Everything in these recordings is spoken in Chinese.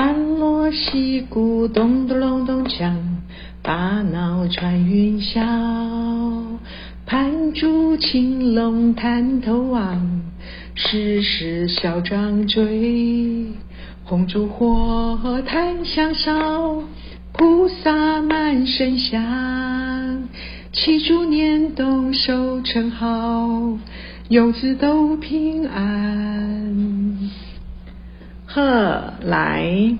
欢锣喜鼓咚咚隆咚锵，把脑穿云霄。盘珠青龙滩头望，时时小张追。红烛火檀香烧，菩萨满身香。祈祝年冬收成好，游子都平安。呵，来，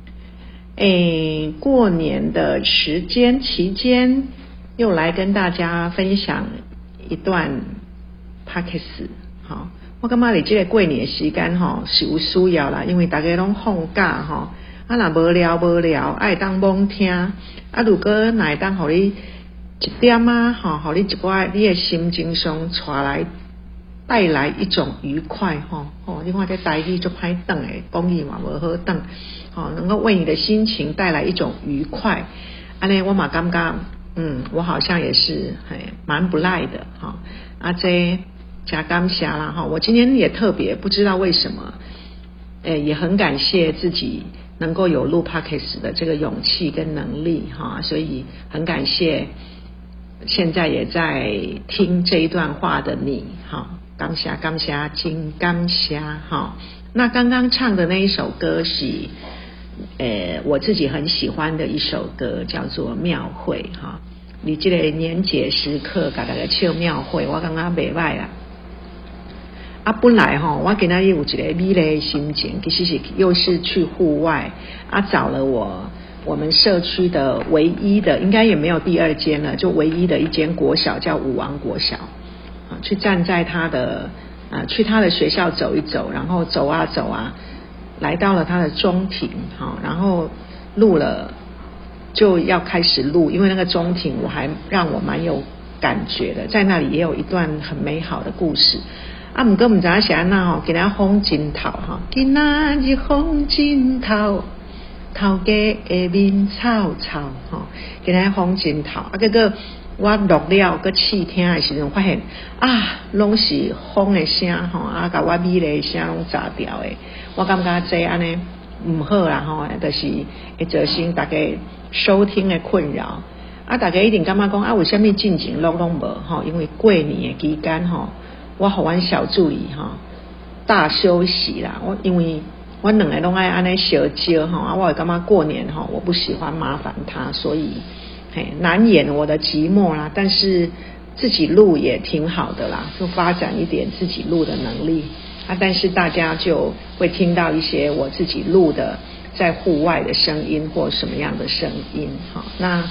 过年的时间期间，又来跟大家分享一段 Podcast。好，我感觉你这个过年时间是有需要啦，因为大家拢放假若无聊，爱当猛听。如果哪会当互你一点互你一寡你的心情上带来一种愉快你看这台语就歹转的，讲语嘛无好转能够为你的心情带来一种愉快。安尼我嘛感觉我好像也是蛮不赖的这真感谢啦我今天也特别不知道为什么也很感谢自己能够有录 Podcast 的这个勇气跟能力所以很感谢现在也在听这一段话的你感谢真感谢那刚刚唱的那一首歌是我自己很喜欢的一首歌，叫做庙会你这个年节时刻给大家唱庙会，我感觉不错本来我今天有一个美丽的心情，其实是又是去户外找了我们社区的唯一的，应该也没有第二间了，就唯一的一间国小叫武王国小去站在去他的学校走一走，然后走啊来到了他的中庭然后录了，就要开始录，因为那个中庭让我蛮有感觉的，在那里也有一段很美好的故事不过不知道是怎样今天风真透今仔日风真透，头家的面臭臭今天风真透结果我录了佮试听的时候发现拢是风的声把我美丽的声拢炸掉的，我感觉这安尼不好啦就是会造成大家收听的困扰大家一定感觉讲为什么进前录拢无因为过年的期间我和阮小助理大休息啦，因为我两个拢爱安尼相招我会感觉过年我不喜欢麻烦他，所以难掩我的寂寞啦，但是自己录也挺好的啦，就发展一点自己录的能力但是大家就会听到一些我自己录的在户外的声音或什么样的声音那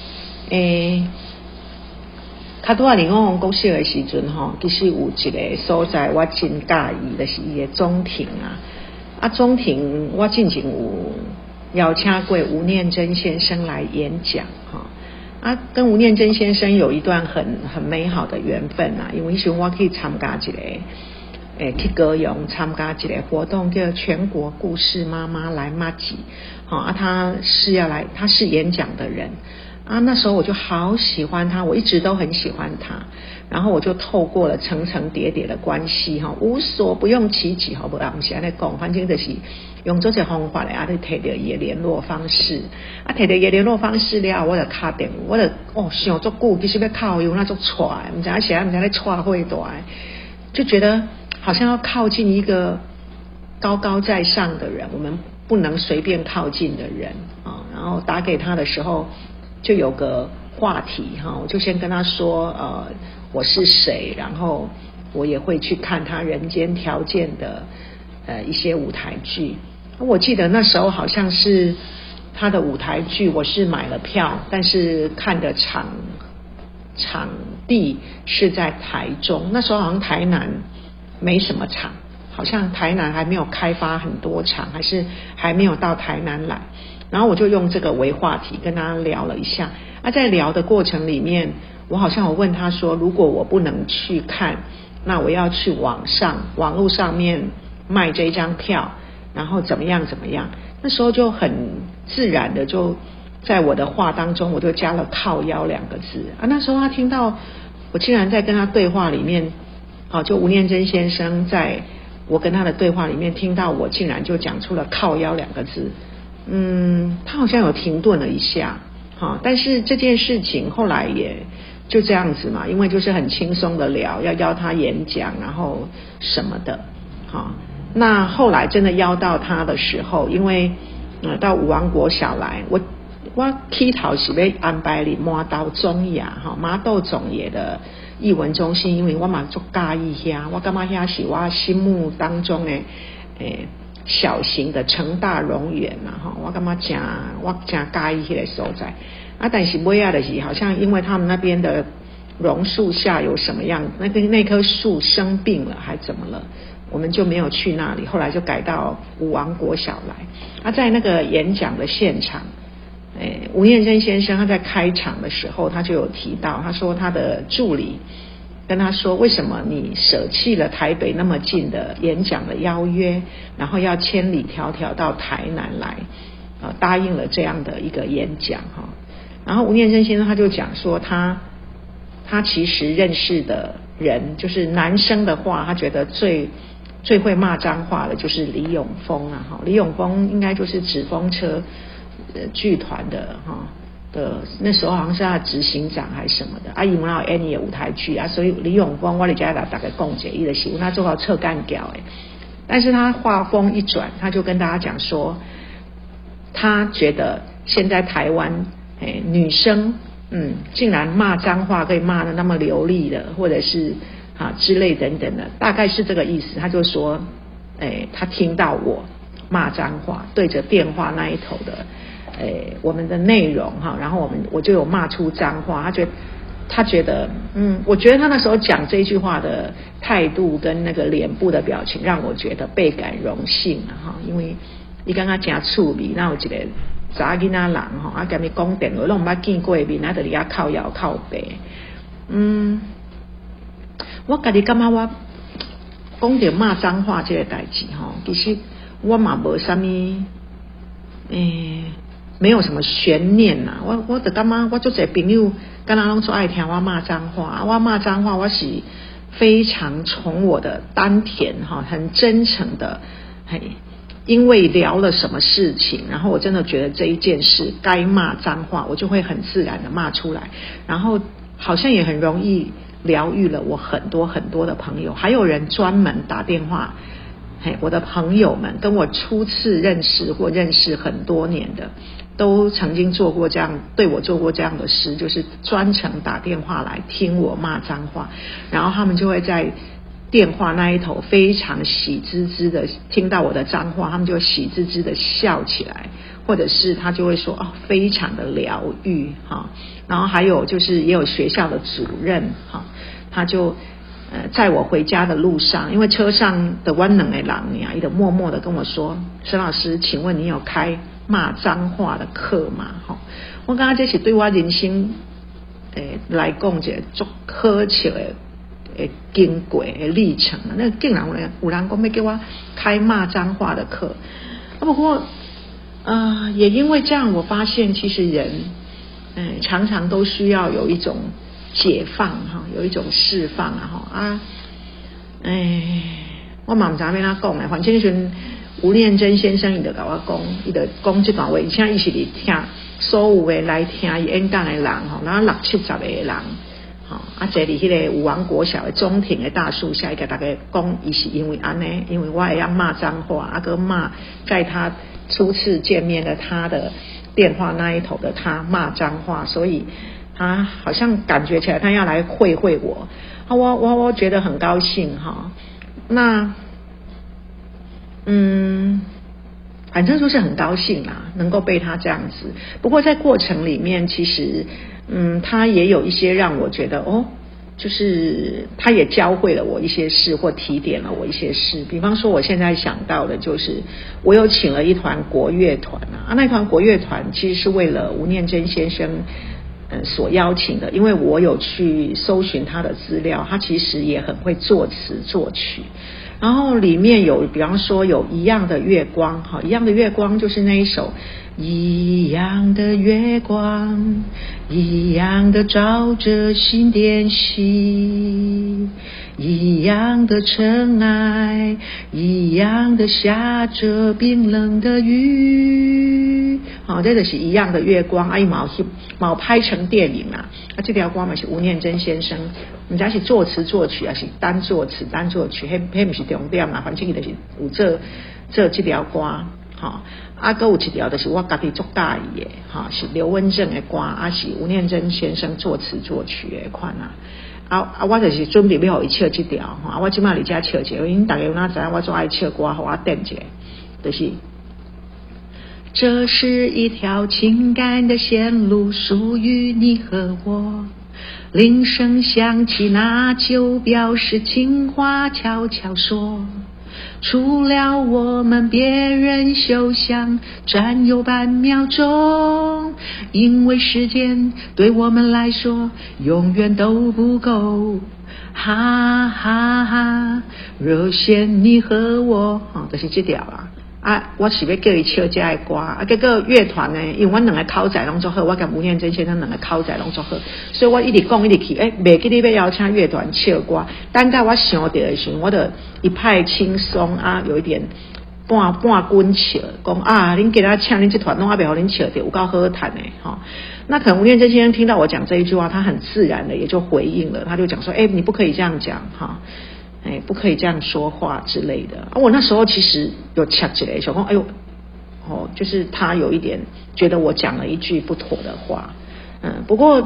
较多你讲国小的时阵其实有一个所在我真介意，就是伊的中庭中庭我之前有邀请过吴念真先生来演讲跟吴念真先生有一段很美好的缘分因为那时候我可以参加一个去高雄参加一个活动叫全国故事妈妈来麻吉他是演讲的人那时候我就好喜欢他，我一直都很喜欢他，然后我就透过了层层叠叠的关系无所不用其极不然不是这样说，反正就是用这些方法来摕到伊的联络方式摕到伊的联络方式了我就打电话，我就想足久其实要靠有那种踹不知道谁不知道在踹会大就觉得好像要靠近一个高高在上的人，我们不能随便靠近的人然后打给他的时候就有个话题我就先跟他说我是谁，然后我也会去看他人间条件的一些舞台剧。我记得那时候好像是他的舞台剧我是买了票，但是看的场地是在台中，那时候好像台南没什么场，好像台南还没有开发很多场，还是还没有到台南来，然后我就用这个为话题跟他聊了一下在聊的过程里面我好像有问他说如果我不能去看，那我要去网络上面卖这张票，然后怎么样那时候就很自然的就在我的话当中我就加了靠腰两个字那时候他听到我竟然在跟他对话里面就吴念真先生在我跟他的对话里面听到我竟然就讲出了靠腰两个字他好像有停顿了一下，但是这件事情后来也就这样子嘛，因为就是很轻松的聊，要邀他演讲，然后什么的，那后来真的邀到他的时候，因为到武王国小来，我起头是要安排你麻豆总野麻豆总野的艺文中心，因为我嘛足介意遐，我感觉遐是我心目当中的小型的成大荣园嘛我感觉我真介意迄个所在但是尾仔就是好像因为他们那边的榕树下有什么样，那棵树生病了还怎么了，我们就没有去那里，后来就改到武王国小来在那个演讲的现场吴念真先生他在开场的时候他就有提到，他说他的助理跟他说，为什么你舍弃了台北那么近的演讲的邀约，然后要千里迢迢到台南来答应了这样的一个演讲然后吴念真先生他就讲说，他其实认识的人，就是男生的话，他觉得最会骂脏话的就是李永丰李永丰应该就是纸风车剧团的那时候好像是他的执行长还是什么的伊们有演的舞台剧所以李永丰我在家大概讲解伊的是他做好侧干掉但是他话锋一转，他就跟大家讲说，他觉得现在台湾女生竟然骂脏话可以骂得那么流利的，或者是之类等等的，大概是这个意思。他就说他听到我骂脏话，对着电话那一头的我们的内容然后我就有骂出脏话，他觉得我觉得他那时候讲这句话的态度跟那个脸部的表情让我觉得倍感荣幸因为你刚刚讲趣味，那有一个查囡仔人跟你讲电话，拢捌见过面，就伫遐靠摇靠背。我家己感觉我讲到骂脏话这个代志其实我嘛无啥物没有什么悬念我就感觉我足侪朋友敢若拢最爱听我骂脏话我骂脏话我是非常从我的丹田很真诚的因为聊了什么事情，然后我真的觉得这一件事该骂脏话，我就会很自然的骂出来，然后好像也很容易疗愈了我很多很多的朋友，还有人专门打电话我的朋友们跟我初次认识或认识很多年的，都曾经做过这样，对我做过这样的事，就是专程打电话来听我骂脏话，然后他们就会在电话那一头非常喜滋滋的听到我的脏话，他们就喜滋滋的笑起来，或者是他就会说非常的疗愈然后还有就是也有学校的主任他就在我回家的路上，因为车上的我两个人他就默默的跟我说，沈老师请问你有开骂脏话的课吗我感觉这是对我人生来讲一个足可笑的经过的历程那竟然有人说要给我开骂脏话的课不过也因为这样我发现其实人常常都需要有一种解放有一种释放我嘛不知道要怎么讲反正就是吴念真先生他就跟我讲，他就讲这段话，而且他是在听所有的来听他演讲的人然后60-70个人坐在那个武王国小的中庭的大树下，跟大家讲他是因为这样，因为我会骂脏话跟骂在他初次见面的他的电话那一头的他骂脏话，所以他好像感觉起来他要来会我我觉得很高兴那反正就是很高兴能够被他这样子。不过在过程里面其实他也有一些让我觉得就是他也教会了我一些事或提点了我一些事，比方说我现在想到的就是我有请了一团国乐团那团国乐团其实是为了吴念真先生所邀请的，因为我有去搜寻他的资料，他其实也很会作词作曲，然后里面有比方说有一样的月光一样的月光就是那一首一样的月光一样的照着心电溪，一样的尘埃一样的下着冰冷的雨， 雨，这就是一样的月光啊，伊毛拍成电影啦。这条歌嘛是吴念真先生，不知道是作词作曲还是单作词单作曲，迄不是重点啦，反正伊就是有做这条歌。还有一条就是我自己最喜欢的，是刘文正的歌，是吴念真先生作词作曲的款我就是准备要给他唱这条，我现在在这唱一个，因为大家有哪知道我最爱唱歌，给我点一个，就是这是一条情感的线路，属于你和我。铃声响起，那就表示情话悄悄说。除了我们，别人休想占有半秒钟，因为时间对我们来说永远都不够。哈哈哈，热线你和我，就是这条啦。我是要叫伊唱这个歌，结果乐团呢，因为我两个口才拢做好，我跟吴念真先生两个口才拢做好，所以我一直讲一直去，袂记得要邀请乐团唱歌。等到我想到的时候，我就一派轻松有一点半滚笑，讲恁给他唱，恁这团拢还袂好恁笑的，有够好谈的那可能吴念真先生听到我讲这一句话，他很自然的也就回应了，他就讲说，你不可以这样讲不可以这样说话之类的。我那时候其实有呛起来，想说就是他有一点觉得我讲了一句不妥的话。不过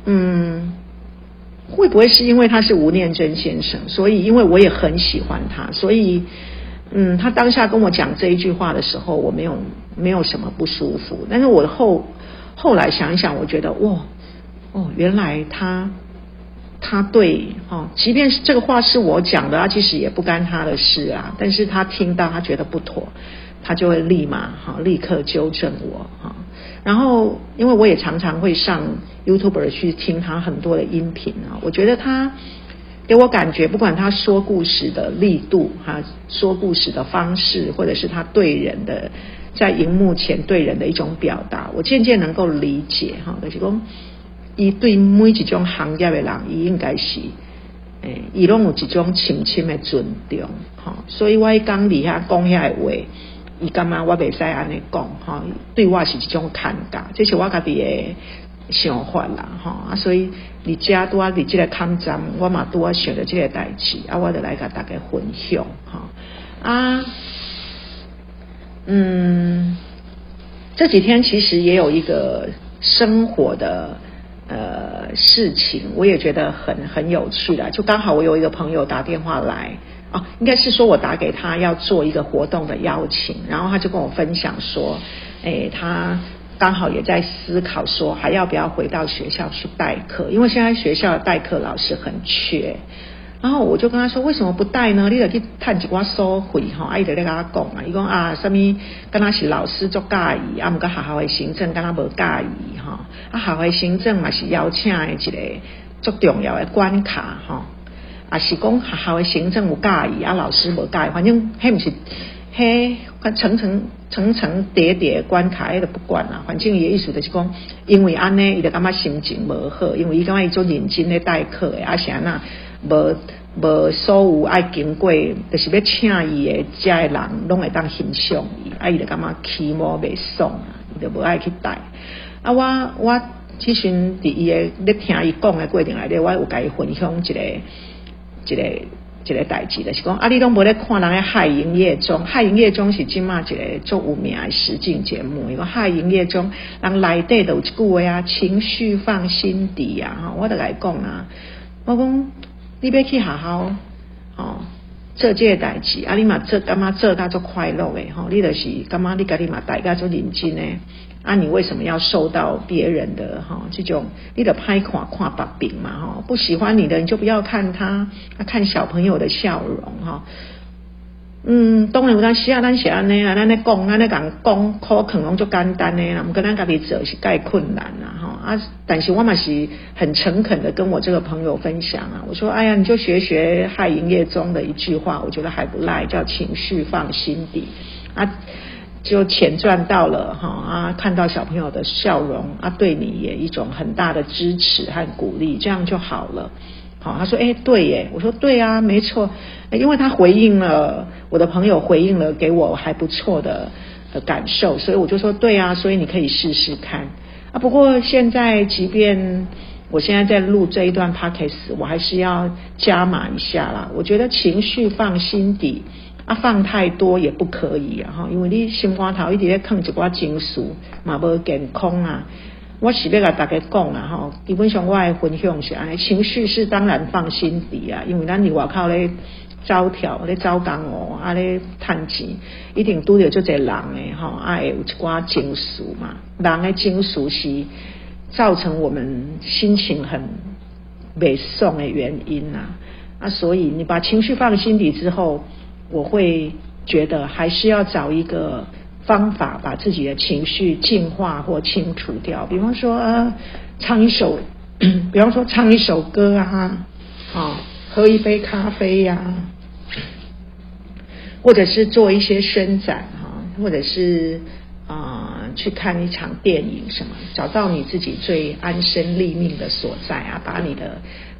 会不会是因为他是吴念真先生，所以因为我也很喜欢他，所以他当下跟我讲这一句话的时候，我没有什么不舒服。但是我后来想一想，我觉得原来他对即便是这个话是我讲的，其实也不干他的事啊。但是他听到他觉得不妥，他就会立刻纠正我然后因为我也常常会上 YouTuber 去听他很多的音频我觉得他给我感觉，不管他说故事的力度说故事的方式，或者是他对人的在荧幕前对人的一种表达，我渐渐能够理解就是说伊对每一种行业的人，伊应该是伊拢有一种深深的尊重所以我讲里遐讲遐的话，伊感觉我袂使安尼讲对我是一种看价，这是我家己的想法啦所以你家拄伫这个抗战，我嘛拄想到这个代志我就来甲大家分享这几天其实也有一个生活的事情，我也觉得很有趣啦。就刚好我有一个朋友打电话来应该是说我打给他要做一个活动的邀请，然后他就跟我分享说他刚好也在思考说还要不要回到学校去代课，因为现在学校的代课老师很缺。然后我就跟他说，为什么不带呢？你就去赚一寡收费伊就在跟他讲伊讲什么跟他是老师足介意不过学校的行政跟他无介意学校的行政嘛是邀请的一个足重要的关卡是讲学校的行政有介意老师无介意，反正迄不是层层叠叠关卡就不管啦。反正伊的意思就是讲，因为安尼伊就感觉心情无好，因为伊感觉伊做认真咧代课的是安那无所有爱经过，就是要请伊的遮的人拢会当欣赏伊伊就感觉起毛袂爽伊就无爱去带我其实伫伊的咧听伊讲的过程内底，我有甲伊分享一个代志，就是讲你拢无咧看人的海营业中，海营业中是即马一个足有名的实境节目。伊讲海营业中，人内底都有一句话情绪放心底我就来讲我讲你要去学校做这个代志你嘛感觉做到足快乐的你就是感觉你家己嘛大家足认真的你为什么要受到别人的这种你的歹看别饼嘛不喜欢你的你就不要看他看小朋友的笑容当然有当时咱是安尼咱咧讲咱咧讲可能拢足简单的不过咱家己做是介困难但是我嘛是很诚恳的跟我这个朋友分享我说哎呀你就学海营业中的一句话，我觉得还不赖，叫情绪放心底就钱赚到了看到小朋友的笑容对你也一种很大的支持和鼓励，这样就好了他说对耶，我说对啊没错因为他回应了我的朋友回应了给我还不错的感受，所以我就说对啊，所以你可以试试看啊。不过现在即便我现在在录这一段 podcast， 我还是要加码一下啦。我觉得情绪放心底啊，放太多也不可以啊，因为你心肝头一直在放一寡情绪嘛，无健康啊。我是要甲大家讲啦，基本上我的分享是安尼，情绪是当然放心底啊，因为咱伫外口咧走跳咧走江湖啊咧趁钱，一定拄着足侪人诶会有一寡情绪嘛，人的情绪是造成我们心情很不爽的原因啊，所以你把情绪放心底之后，我会觉得还是要找一个方法把自己的情绪净化或清除掉，比方说唱一首歌啊，喝一杯咖啡啊，或者是做一些伸展或者是去看一场电影什么，找到你自己最安身立命的所在啊，把你的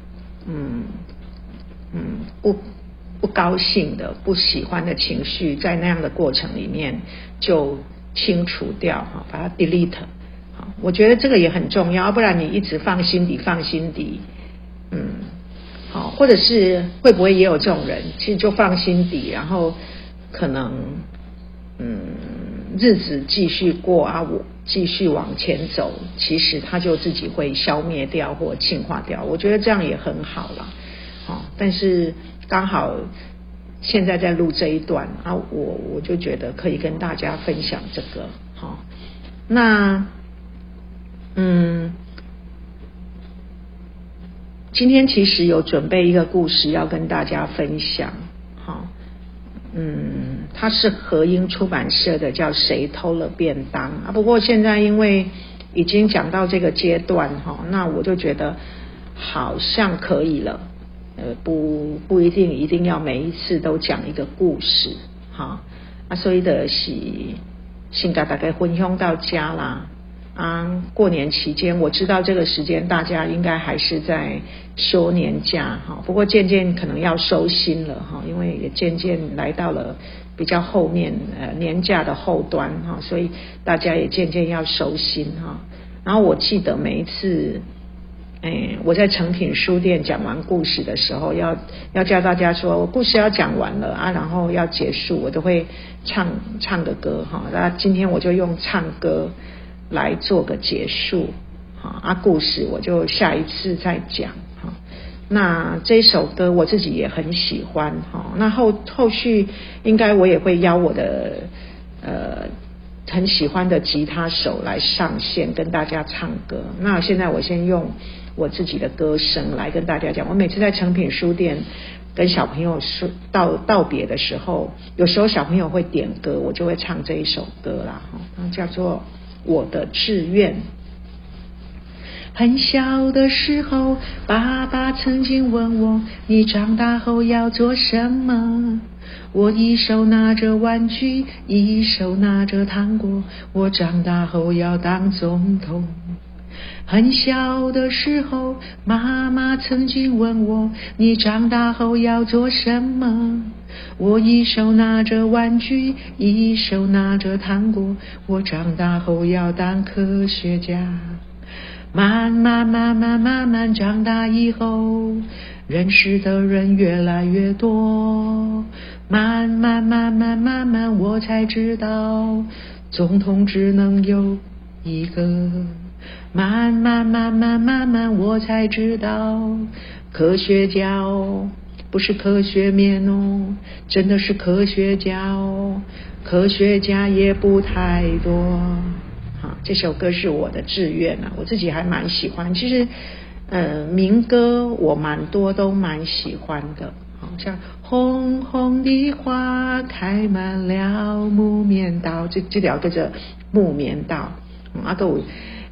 不高兴的不喜欢的情绪在那样的过程里面就清除掉把它 delete。 我觉得这个也很重要，不然你一直放心底或者是会不会也有这种人，其实就放心底，然后可能日子继续过啊，我继续往前走，其实他就自己会消灭掉或净化掉，我觉得这样也很好啦。但是刚好现在在录这一段啊，我就觉得可以跟大家分享这个。那今天其实有准备一个故事要跟大家分享，它是和英出版社的，叫谁偷了便当啊。不过现在因为已经讲到这个阶段那我就觉得好像可以了，不一定要每一次都讲一个故事所以的是先跟大家分享到家啦。过年期间我知道这个时间大家应该还是在休年假不过渐渐可能要收心了因为也渐渐来到了比较后面年假的后端所以大家也渐渐要收心然后我记得每一次我在诚品书店讲完故事的时候要叫大家说我故事要讲完了然后要结束，我都会唱个歌那今天我就用唱歌来做个结束故事我就下一次再讲那这首歌我自己也很喜欢那后续应该我也会邀我的很喜欢的吉他手来上线跟大家唱歌。那现在我先用我自己的歌声来跟大家讲，我每次在诚品书店跟小朋友说道别的时候，有时候小朋友会点歌，我就会唱这一首歌啦，叫做我的志愿。很小的时候，爸爸曾经问我，你长大后要做什么？我一手拿着玩具，一手拿着糖果，我长大后要当总统。很小的时候，妈妈曾经问我，你长大后要做什么？我一手拿着玩具，一手拿着糖果，我长大后要当科学家。慢慢长大以后，认识的人越来越多，慢慢我才知道总统只能有一个，慢慢我才知道科学家不是科学面真的是科学家科学家也不太多。这首歌是我的志愿我自己还蛮喜欢。其实民歌我蛮多都蛮喜欢的，像红红的花开满了木棉道，这条叫做木棉道还有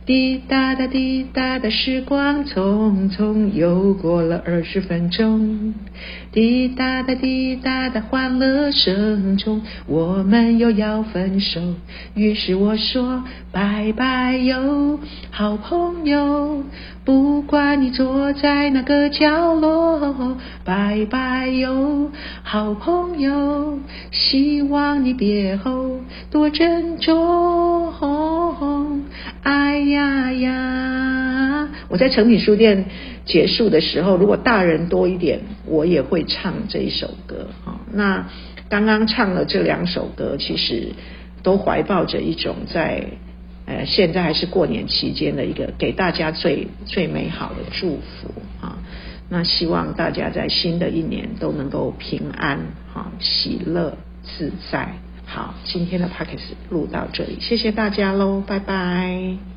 滴答答滴答的时光匆匆又过了20分钟，滴答答滴答的欢乐声中，我们又要分手。于是我说拜拜哟，好朋友，不管你坐在哪个角落，拜拜哟，好朋友，希望你别后多珍重。哎呀呀！我在诚品书店结束的时候，如果大人多一点，我也会唱这一首歌。那刚刚唱了这2首歌，其实都怀抱着一种在现在还是过年期间的一个给大家最美好的祝福啊。那希望大家在新的一年都能够平安喜乐自在。好，今天的 Podcast 录到这里，谢谢大家喽，拜拜。